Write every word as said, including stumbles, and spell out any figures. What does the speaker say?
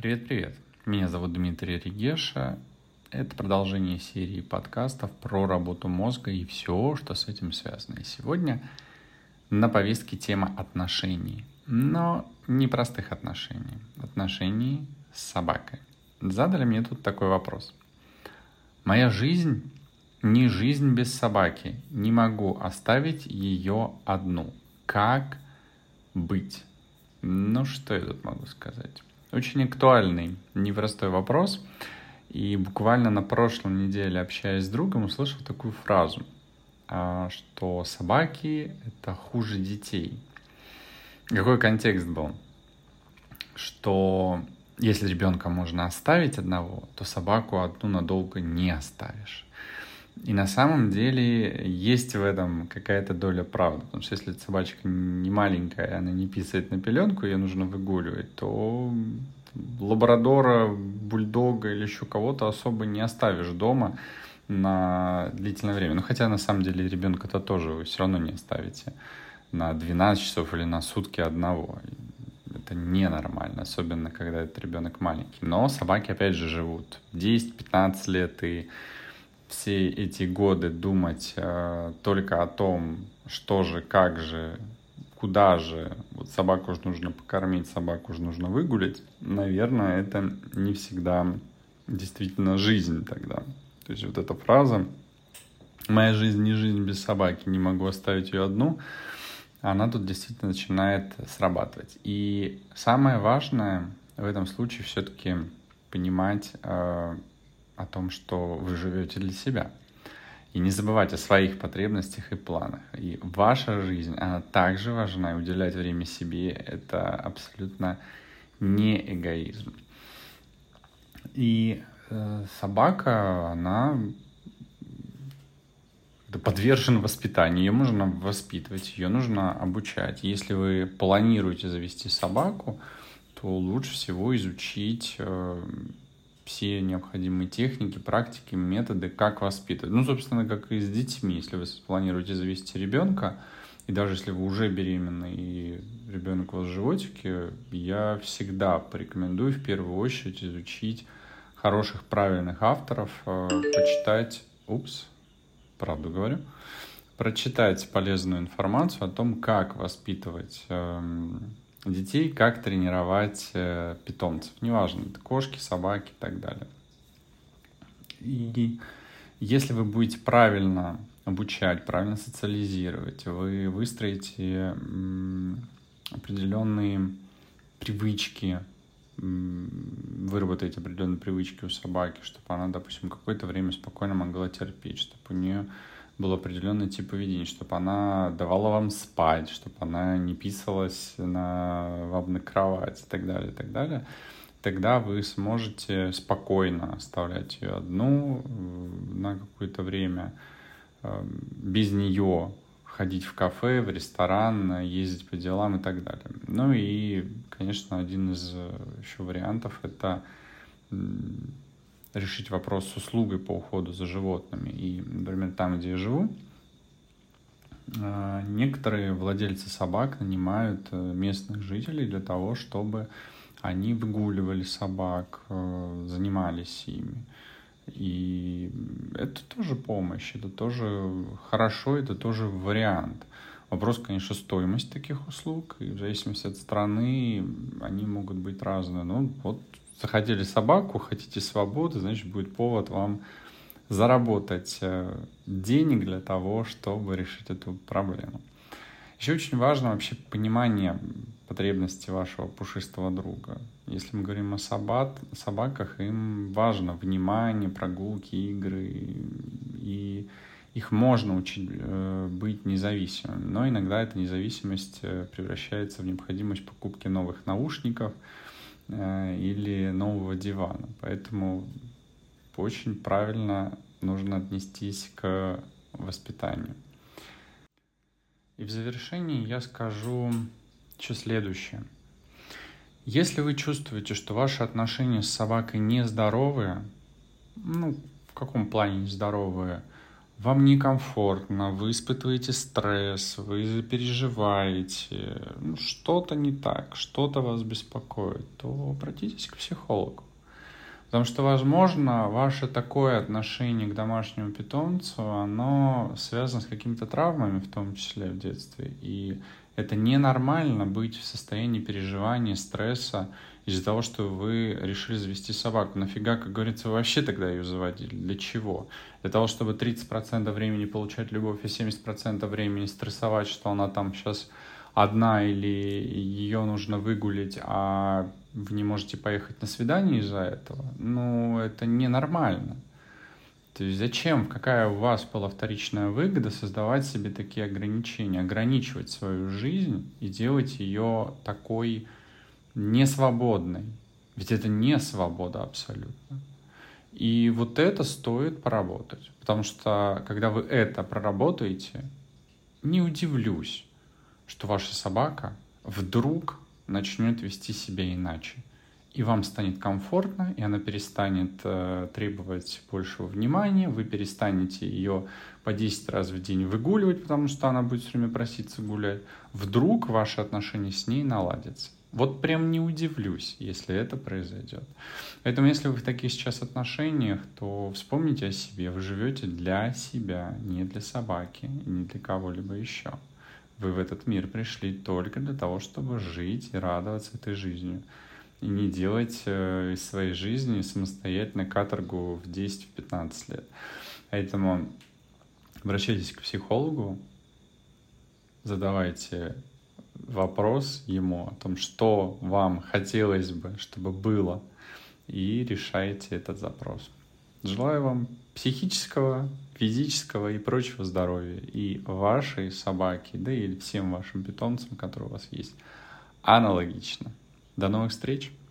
Привет-привет, меня зовут Дмитрий Регеша. Это продолжение серии подкастов про работу мозга и все, что с этим связано. И сегодня на повестке тема отношений, но не простых отношений, отношений с собакой. Задали мне тут такой вопрос. Моя жизнь не жизнь без собаки, не могу оставить ее одну. Как быть? Ну, что я тут могу сказать? Очень актуальный, непростой вопрос. И буквально на прошлой неделе, общаясь с другом, услышал такую фразу, что собаки — это хуже детей. Какой контекст был? Что если ребенка можно оставить одного, то собаку одну надолго не оставишь. И на самом деле есть в этом какая-то доля правды. Потому что если собачка не маленькая, она не писает на пеленку, ее нужно выгуливать, то лабрадора, бульдога или еще кого-то особо не оставишь дома на длительное время. Ну, хотя на самом деле ребенка-то тоже вы все равно не оставите на двенадцать часов или на сутки одного. Это ненормально, особенно когда этот ребенок маленький. Но собаки, опять же, живут десять-пятнадцать лет, и все эти годы думать э, только о том, что же, как же, куда же, вот собаку же нужно покормить, собаку же нужно выгулять, наверное, это не всегда действительно жизнь тогда. То есть вот эта фраза «моя жизнь не жизнь без собаки, не могу оставить ее одну», она тут действительно начинает срабатывать. И самое важное в этом случае все-таки понимать э, о том, что вы живете для себя. И не забывать о своих потребностях и планах. И ваша жизнь, она также важна, и уделять время себе — это абсолютно не эгоизм. И э, собака, она подвержена воспитанию, ее можно воспитывать, ее нужно обучать. Если вы планируете завести собаку, то лучше всего изучить э, все необходимые техники, практики, методы, как воспитывать. Ну, собственно, как и с детьми. Если вы планируете завести ребенка, и даже если вы уже беременны и ребенок у вас в животике, я всегда порекомендую в первую очередь изучить хороших, правильных авторов, почитать, упс, правду говорю, прочитать полезную информацию о том, как воспитывать детей, как тренировать э, питомцев. Неважно, это кошки, собаки и так далее. И если вы будете правильно обучать, правильно социализировать, вы выстроите м, определенные привычки, м, выработаете определенные привычки у собаки, чтобы она, допустим, какое-то время спокойно могла терпеть, чтобы у нее был определенный тип поведения, чтобы она давала вам спать, чтобы она не писалась на ванной кровати и так далее, и так далее, тогда вы сможете спокойно оставлять ее одну на какое-то время, без нее ходить в кафе, в ресторан, ездить по делам и так далее. Ну и, конечно, один из еще вариантов — это решить вопрос с услугой по уходу за животными. И, например, там, где я живу, некоторые владельцы собак нанимают местных жителей для того, чтобы они выгуливали собак, занимались ими. И это тоже помощь, это тоже хорошо, это тоже вариант. Вопрос, конечно, стоимость таких услуг, и в зависимости от страны они могут быть разные. Ну, вот захотели собаку, хотите свободы, значит, будет повод вам заработать денег для того, чтобы решить эту проблему. Еще очень важно вообще понимание потребностей вашего пушистого друга. Если мы говорим о собак, собаках, им важно внимание, прогулки, игры, и их можно учить быть независимыми. Но иногда эта независимость превращается в необходимость покупки новых наушников или нового дивана. Поэтому очень правильно нужно отнестись к воспитанию. И в завершении я скажу еще следующее. Если вы чувствуете, что ваши отношения с собакой нездоровые, ну, в каком плане нездоровые, вам некомфортно, вы испытываете стресс, вы переживаете, ну, что-то не так, что-то вас беспокоит, то обратитесь к психологу. Потому что, возможно, ваше такое отношение к домашнему питомцу, оно связано с какими-то травмами, в том числе в детстве. И это ненормально быть в состоянии переживания, стресса из-за того, что вы решили завести собаку. Нафига, как говорится, вы вообще тогда ее заводили? Для чего? Для того, чтобы тридцать процентов времени получать любовь и семьдесят процентов времени стрессовать, что она там сейчас одна или ее нужно выгулить, а вы не можете поехать на свидание из-за этого? Ну, это ненормально. То есть зачем, какая у вас была вторичная выгода создавать себе такие ограничения, ограничивать свою жизнь и делать ее такой несвободной? Ведь это не свобода абсолютно. И вот это стоит поработать. Потому что, когда вы это проработаете, не удивлюсь, что ваша собака вдруг начнет вести себя иначе. И вам станет комфортно, и она перестанет э, требовать большего внимания, вы перестанете ее по десять раз в день выгуливать, потому что она будет все время проситься гулять. Вдруг ваши отношения с ней наладятся. Вот прям не удивлюсь, если это произойдет. Поэтому, если вы в таких сейчас отношениях, то вспомните о себе. Вы живете для себя, не для собаки, не для кого-либо еще. Вы в этот мир пришли только для того, чтобы жить и радоваться этой жизнью. И не делать э, из своей жизни самостоятельно каторгу в десять-пятнадцать лет. Поэтому обращайтесь к психологу, задавайте вопрос ему о том, что вам хотелось бы, чтобы было, и решайте этот запрос. Желаю вам психического, физического и прочего здоровья и вашей собаке, да и всем вашим питомцам, которые у вас есть, аналогично. До новых встреч!